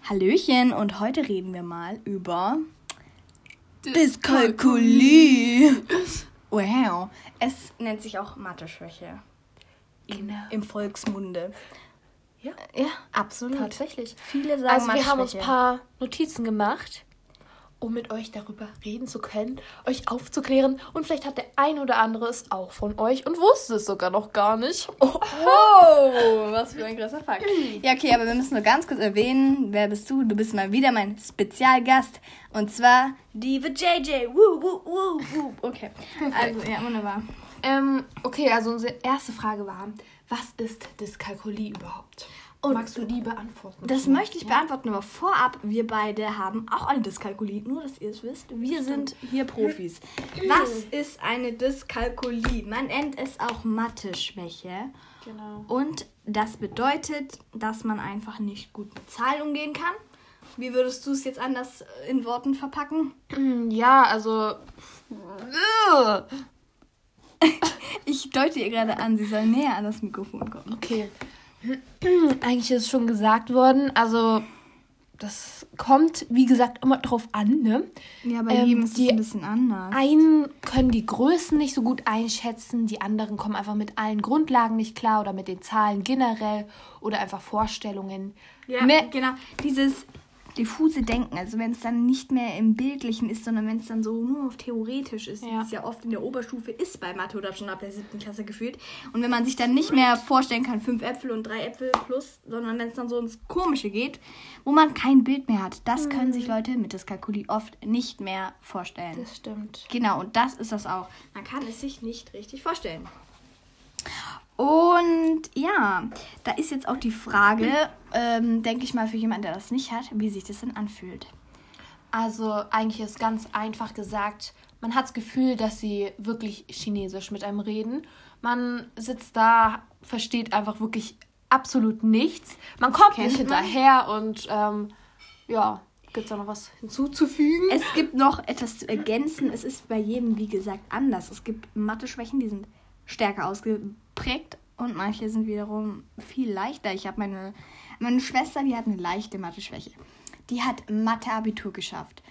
Hallöchen, und heute reden wir mal über Dyskalkulie. Wow, es nennt sich auch Mathe-Schwäche. Genau. Im Volksmunde. Ja, absolut. Tatsächlich. Viele sagen Also wir Mathe-Schwäche. haben uns ein paar Notizen gemacht, um mit euch darüber reden zu können, euch aufzuklären. Und vielleicht hat der ein oder andere es auch von euch und wusste es sogar noch gar nicht. Oh, was für ein krasser Fakt. Ja, okay, aber wir müssen nur ganz kurz erwähnen, wer bist du? Du bist mal wieder mein Spezialgast. Und zwar die JJ. Woo, woo, woo, woo. Okay, also, ja, wunderbar. Okay, also unsere erste Frage war, was ist Dyskalkulie überhaupt? Und magst du die beantworten? Das möchte ich beantworten, aber vorab, wir beide haben auch eine Dyskalkulie. Nur, dass ihr es wisst, wir sind hier Profis. Was ist eine Dyskalkulie? Man nennt es auch Mathe-Schwäche. Genau. Und das bedeutet, dass man einfach nicht gut mit Zahlen umgehen kann. Wie würdest du es jetzt anders in Worten verpacken? Ja, also... Ich deute ihr gerade an, sie soll näher an das Mikrofon kommen. Okay. Eigentlich ist es schon gesagt worden, also das kommt, wie gesagt, immer drauf an, ne? Ja, bei jedem ist es ein bisschen anders. Einen können die Größen nicht so gut einschätzen, die anderen kommen einfach mit allen Grundlagen nicht klar oder mit den Zahlen generell oder einfach Vorstellungen. Ja, genau. Dieses diffuse Denken, also wenn es dann nicht mehr im Bildlichen ist, sondern wenn es dann so nur auf theoretisch ist, wie es ja oft in der Oberstufe ist bei Mathe oder schon ab der 7. Klasse gefühlt. Und wenn man sich dann nicht mehr vorstellen kann, 5 Äpfel und 3 Äpfel plus, sondern wenn es dann so ins Komische geht, wo man kein Bild mehr hat, das können sich Leute mit Dyskalkulie oft nicht mehr vorstellen. Das stimmt. Genau, und das ist das auch. Man kann es sich nicht richtig vorstellen. Und ja, da ist jetzt auch die Frage, denke ich mal, für jemanden, der das nicht hat, wie sich das denn anfühlt. Also eigentlich ist ganz einfach gesagt, man hat das Gefühl, dass sie wirklich Chinesisch mit einem reden. Man sitzt da, versteht einfach wirklich absolut nichts. Man kommt nicht hinterher und gibt es da noch was hinzuzufügen? Es gibt noch etwas zu ergänzen. Es ist bei jedem, wie gesagt, anders. Es gibt Mathe-Schwächen, die sind stärker ausgeprägt und manche sind wiederum viel leichter. Ich habe meine Schwester, die hat eine leichte Mathe-Schwäche. Die hat Mathe-Abitur geschafft.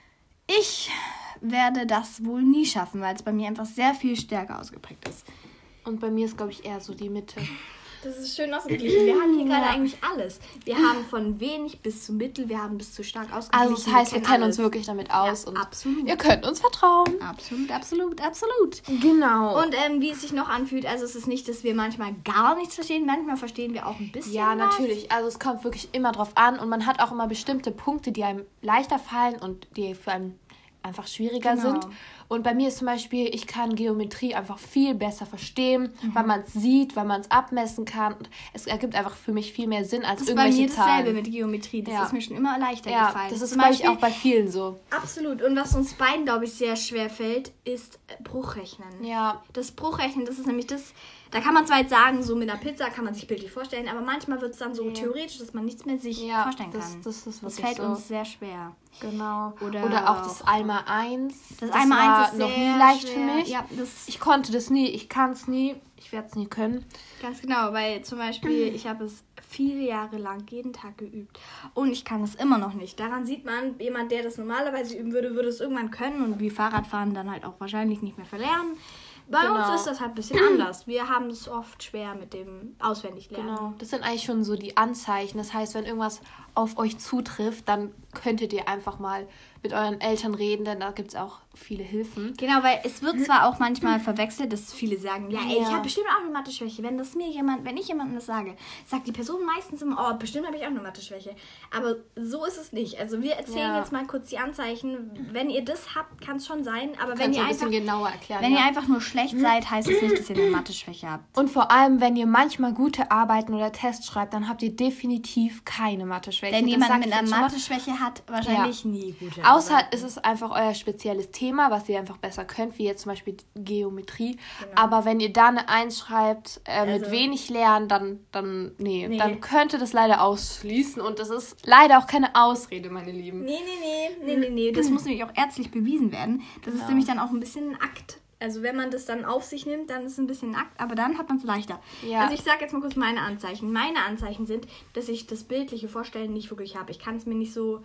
Ich werde das wohl nie schaffen, weil es bei mir einfach sehr viel stärker ausgeprägt ist. Und bei mir ist, glaube ich, eher so die Mitte. Das ist schön ausgeglichen. Wir haben hier gerade eigentlich alles. Wir haben von wenig bis zu mittel, wir haben bis zu stark ausgeglichen. Also das heißt, wir kennen uns wirklich damit aus. Ja, und absolut. Ihr könnt uns vertrauen. Absolut, absolut, absolut. Genau. Und wie es sich noch anfühlt, also es ist nicht, dass wir manchmal gar nichts verstehen, manchmal verstehen wir auch ein bisschen Ja, was. natürlich. Also es kommt wirklich immer drauf an und man hat auch immer bestimmte Punkte, die einem leichter fallen und die für einen einfach schwieriger sind. Und bei mir ist zum Beispiel, ich kann Geometrie einfach viel besser verstehen, weil man es sieht, weil man es abmessen kann. Es ergibt einfach für mich viel mehr Sinn als irgendwelche Zahlen. Das ist bei mir dasselbe mit Geometrie. Das ist mir schon immer leichter gefallen. Das ist, glaube ich, auch bei vielen so. Absolut. Und was uns beiden, glaube ich, sehr schwer fällt, ist Bruchrechnen. Ja. Das Bruchrechnen, das ist nämlich das... Da kann man zwar jetzt sagen, so mit einer Pizza kann man sich bildlich vorstellen, aber manchmal wird es dann so theoretisch, dass man nichts mehr sich vorstellen kann. Das fällt uns sehr schwer. Genau. Oder auch das Einmal eins. Das Einmal eins ist noch nie leicht für mich. Ja, ich konnte das nie, ich kann es nie, ich werde es nie können. Ganz genau, weil zum Beispiel ich habe es viele Jahre lang jeden Tag geübt und ich kann es immer noch nicht. Daran sieht man, jemand, der das normalerweise üben würde, würde es irgendwann können und wie Fahrradfahren dann halt auch wahrscheinlich nicht mehr verlernen. Bei uns ist das halt ein bisschen anders. Wir haben es oft schwer mit dem Auswendiglernen. Genau, das sind eigentlich schon so die Anzeichen. Das heißt, wenn irgendwas auf euch zutrifft, dann könntet ihr einfach mal mit euren Eltern reden, denn da gibt es auch viele Hilfen. Genau, weil es wird zwar auch manchmal verwechselt, dass viele sagen, ich habe bestimmt auch eine Mathe-Schwäche. Wenn ich jemandem das sage, sagt die Person meistens immer, bestimmt habe ich auch eine Mathe-Schwäche. Aber so ist es nicht. Also wir erzählen jetzt mal kurz die Anzeichen. Wenn ihr das habt, kann es schon sein. Aber wenn ihr ein bisschen genauer erklären. Wenn ihr einfach nur schlecht seid, heißt es nicht, dass ihr eine Mathe-Schwäche habt. Und vor allem, wenn ihr manchmal gute Arbeiten oder Tests schreibt, dann habt ihr definitiv keine Mathe-Schwäche. Denn jemand mit einer Mathe-Schwäche hat wahrscheinlich nie gute Arbeiten. Außer ist es einfach euer spezielles Thema, was ihr einfach besser könnt, wie jetzt zum Beispiel Geometrie. Genau. Aber wenn ihr da eine 1 schreibt, mit wenig Lernen, dann könnte das leider ausschließen. Und das ist leider auch keine Ausrede, meine Lieben. Nee. Das muss nämlich auch ärztlich bewiesen werden. Das ist nämlich dann auch ein bisschen ein Akt. Also wenn man das dann auf sich nimmt, dann ist es ein bisschen nackt, aber dann hat man es leichter. Ja. Also ich sage jetzt mal kurz meine Anzeichen. Meine Anzeichen sind, dass ich das bildliche Vorstellen nicht wirklich habe. Ich kann es mir nicht so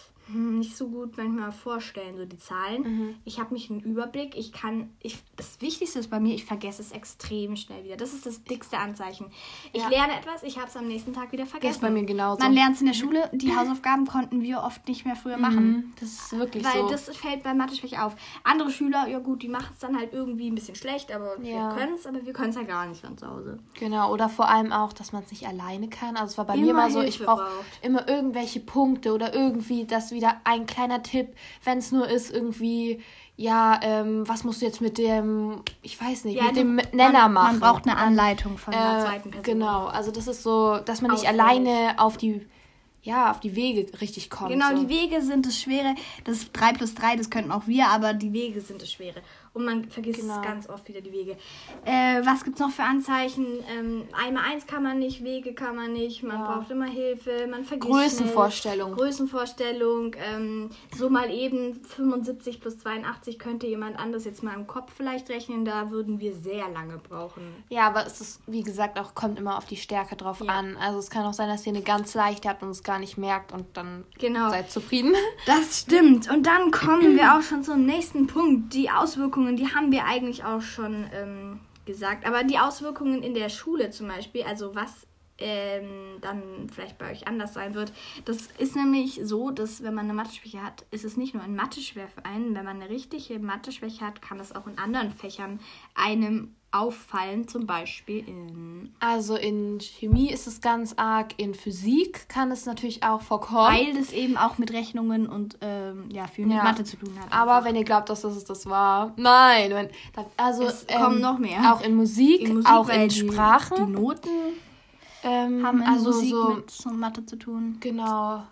gut manchmal vorstellen, so die Zahlen. Ich habe nicht einen Überblick. Das Wichtigste ist bei mir, ich vergesse es extrem schnell wieder. Das ist das dickste Anzeichen. Ich lerne etwas, ich habe es am nächsten Tag wieder vergessen. Das ist bei mir genauso. Man lernt es in der Schule, die Hausaufgaben konnten wir oft nicht mehr früher machen. Das ist wirklich Weil so. das fällt bei Mathe-Schwäche auf. Andere Schüler, ja gut, die machen es dann halt irgendwie ein bisschen schlecht, aber wir können es, aber wir können es ja gar nicht von zu Hause. Genau, oder vor allem auch, dass man es nicht alleine kann. Also es war bei mir immer so, ich brauche immer irgendwelche Punkte oder irgendwie das wieder ein kleiner Tipp, wenn es nur ist, irgendwie, was musst du jetzt mit dem, ich weiß nicht, mit dem Nenner machen. Man braucht eine Anleitung von der zweiten Person. Genau, also das ist so, dass man nicht alleine auf die Wege richtig kommt. Genau, so. Die Wege sind das Schwere. Das 3 + 3, das könnten auch wir, aber die Wege sind das Schwere. Und man vergisst ganz oft wieder die Wege. Was gibt es noch für Anzeichen? 1x1 kann man nicht, Wege kann man nicht, man braucht immer Hilfe, man vergisst Größenvorstellung. Größenvorstellung. So mal eben 75 + 82 könnte jemand anders jetzt mal im Kopf vielleicht rechnen, da würden wir sehr lange brauchen. Ja, aber es ist, wie gesagt, auch kommt immer auf die Stärke drauf an. Also es kann auch sein, dass ihr eine ganz leichte habt und es gar nicht merkt und dann seid zufrieden. Das stimmt. Und dann kommen wir auch schon zum nächsten Punkt. Die Auswirkungen, die haben wir eigentlich auch schon gesagt. Aber die Auswirkungen in der Schule zum Beispiel, also was dann vielleicht bei euch anders sein wird, das ist nämlich so, dass wenn man eine Mathe-Schwäche hat, ist es nicht nur in Mathe-Schwäche. Wenn man eine richtige Mathe-Schwäche hat, kann das auch in anderen Fächern einem auffallen, zum Beispiel Also in Chemie ist es ganz arg, in Physik kann es natürlich auch vorkommen. Weil das eben auch mit Rechnungen und viel mit Mathe zu tun hat. Aber wenn ihr glaubt, dass das war, nein. Es kommen noch mehr. Auch in Musik auch in Sprachen. Die Noten haben in Musik mit Mathe zu tun. Genau.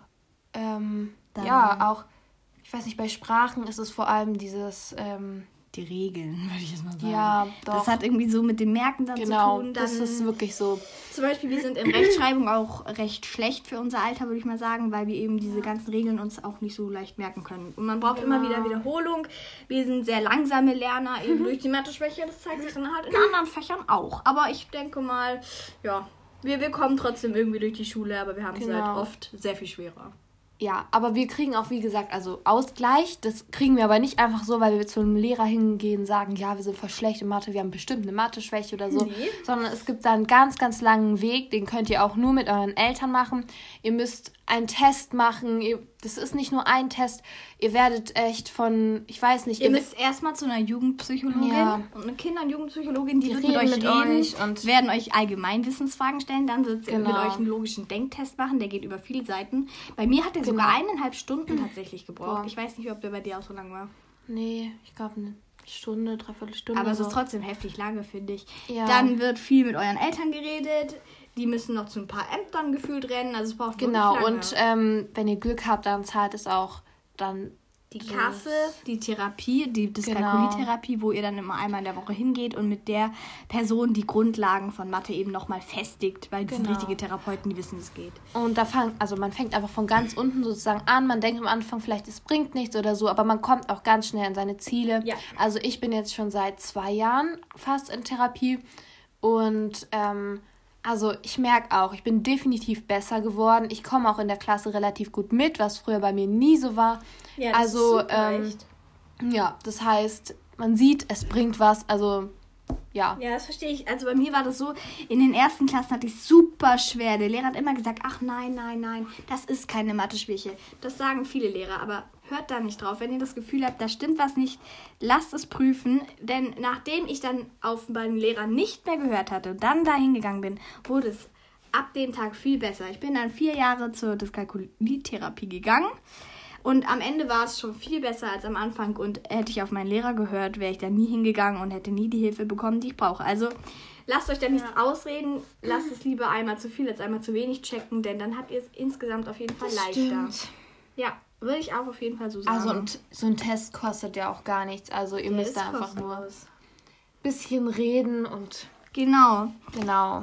Auch, ich weiß nicht, bei Sprachen ist es vor allem dieses... die Regeln, würde ich jetzt mal sagen. Ja, doch. Das hat irgendwie so mit dem Merken dann zu tun. Genau, das ist wirklich so. Zum Beispiel, wir sind in Rechtschreibung auch recht schlecht für unser Alter, würde ich mal sagen, weil wir eben diese ganzen Regeln uns auch nicht so leicht merken können. Und man braucht immer wieder Wiederholung. Wir sind sehr langsame Lerner, eben durch die Mathe-Schwäche. Das zeigt sich dann halt in anderen Fächern auch. Aber ich denke mal, wir kommen trotzdem irgendwie durch die Schule, aber wir haben es halt oft sehr viel schwerer. Ja, aber wir kriegen auch, wie gesagt, also Ausgleich. Das kriegen wir aber nicht einfach so, weil wir zu einem Lehrer hingehen und sagen, ja, wir sind voll schlecht in Mathe, wir haben bestimmt eine Mathe-Schwäche oder so. Nee. Sondern es gibt da einen ganz, ganz langen Weg, den könnt ihr auch nur mit euren Eltern machen. Ihr müsst einen Test machen. Das ist nicht nur ein Test. Ihr werdet echt von, ich weiß nicht... Ihr müsst erstmal zu einer Jugendpsychologin und eine Kinder- und Jugendpsychologin, die wird mit euch reden und werden euch Allgemeinwissensfragen stellen. Dann wird sie mit euch einen logischen Denktest machen, der geht über viele Seiten. Bei mir hat der sogar 1,5 Stunden tatsächlich gebraucht. Ich weiß nicht, ob der bei dir auch so lang war. Nee, ich glaube eine Stunde, 3/4 Stunde. Aber es ist trotzdem heftig lange, finde ich. Ja. Dann wird viel mit euren Eltern geredet. Die müssen noch zu ein paar Ämtern gefühlt rennen. Also es braucht wirklich lange. Und wenn ihr Glück habt, dann zahlt es auch dann... Die Kasse, die Therapie, die Dyskalkulie-Therapie, wo ihr dann immer einmal in der Woche hingeht und mit der Person die Grundlagen von Mathe eben nochmal festigt, weil die sind richtige Therapeuten, die wissen, wie es geht. Und man fängt einfach von ganz unten sozusagen an, man denkt am Anfang vielleicht, es bringt nichts oder so, aber man kommt auch ganz schnell an seine Ziele. Ja. Also ich bin jetzt schon seit 2 Jahren fast in Therapie und also ich merke auch, ich bin definitiv besser geworden. Ich komme auch in der Klasse relativ gut mit, was früher bei mir nie so war. Ja, das ist super echt. Ja, das heißt, man sieht, es bringt was, also ja. Ja, das verstehe ich. Also bei mir war das so, in den ersten Klassen hatte ich es super schwer. Der Lehrer hat immer gesagt, ach nein, das ist keine Mathe-Schwäche. Das sagen viele Lehrer, aber hört da nicht drauf. Wenn ihr das Gefühl habt, da stimmt was nicht, lasst es prüfen. Denn nachdem ich dann auf meinen Lehrer nicht mehr gehört hatte und dann da hingegangen bin, wurde es ab dem Tag viel besser. Ich bin dann 4 Jahre zur Dyskalkulie-Therapie gegangen. Und am Ende war es schon viel besser als am Anfang. Und hätte ich auf meinen Lehrer gehört, wäre ich da nie hingegangen und hätte nie die Hilfe bekommen, die ich brauche. Also lasst euch da nichts ausreden. Lasst es lieber einmal zu viel als einmal zu wenig checken. Denn dann habt ihr es insgesamt auf jeden Fall leichter. Stimmt. Ja, würde ich auch auf jeden Fall so sagen. Also und so ein Test kostet ja auch gar nichts. Also ihr müsst da einfach nur ein bisschen reden und... Genau. Genau.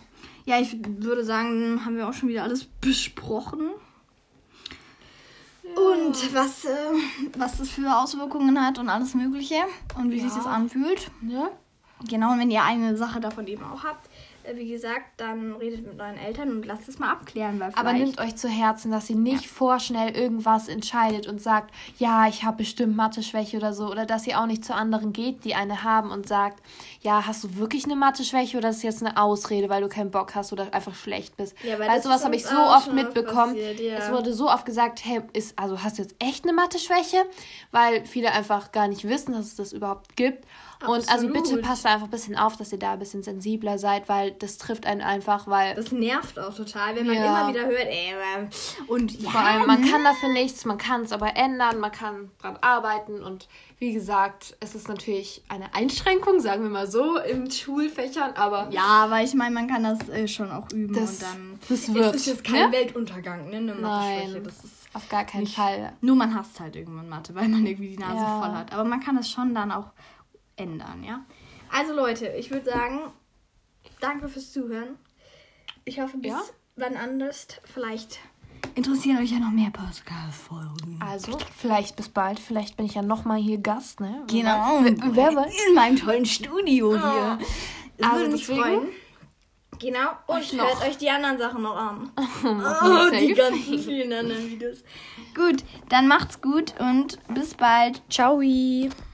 Ja, ich würde sagen, haben wir auch schon wieder alles besprochen. Und was das für Auswirkungen hat und alles Mögliche und wie sich das anfühlt. Ja. Genau, und wenn ihr eine Sache davon eben auch habt, wie gesagt, dann redet mit euren Eltern und lasst es mal abklären. Weil aber nehmt euch zu Herzen, dass ihr nicht vorschnell irgendwas entscheidet und sagt, ja, ich habe bestimmt Mathe-Schwäche oder so. Oder dass ihr auch nicht zu anderen geht, die eine haben und sagt, ja, hast du wirklich eine Mathe-Schwäche oder ist es jetzt eine Ausrede, weil du keinen Bock hast oder einfach schlecht bist. Ja, weil sowas habe ich so oft mitbekommen. Es wurde so oft gesagt, hey, hast du jetzt echt eine Mathe-Schwäche? Weil viele einfach gar nicht wissen, dass es das überhaupt gibt. Und also bitte passt da einfach ein bisschen auf, dass ihr da ein bisschen sensibler seid, weil das trifft einen einfach, weil... Das nervt auch total, wenn man immer wieder hört, und vor allem, man kann dafür nichts, man kann es aber ändern, man kann dran arbeiten und wie gesagt, es ist natürlich eine Einschränkung, sagen wir mal so, in Schulfächern, aber... Ja, aber ich meine, man kann das schon auch üben und dann... Das wird, es ist jetzt kein Weltuntergang, ne? Eine Mathe-Schwäche, das ist... Auf gar keinen Fall. Nur man hasst halt irgendwann Mathe, weil man irgendwie die Nase voll hat. Aber man kann das schon dann auch ändern, ja. Also Leute, ich würde sagen, danke fürs Zuhören. Ich hoffe, bis wann anders. Vielleicht interessieren euch ja noch mehr Podcast-Folgen. Also, vielleicht bis bald. Vielleicht bin ich ja nochmal hier Gast, ne? Genau. Wer weiß? In meinem tollen Studio hier. Das würde mich freuen. Genau. Und hört euch die anderen Sachen noch an. Die ganzen vielen anderen Videos. Gut, dann macht's gut und bis bald. Ciao.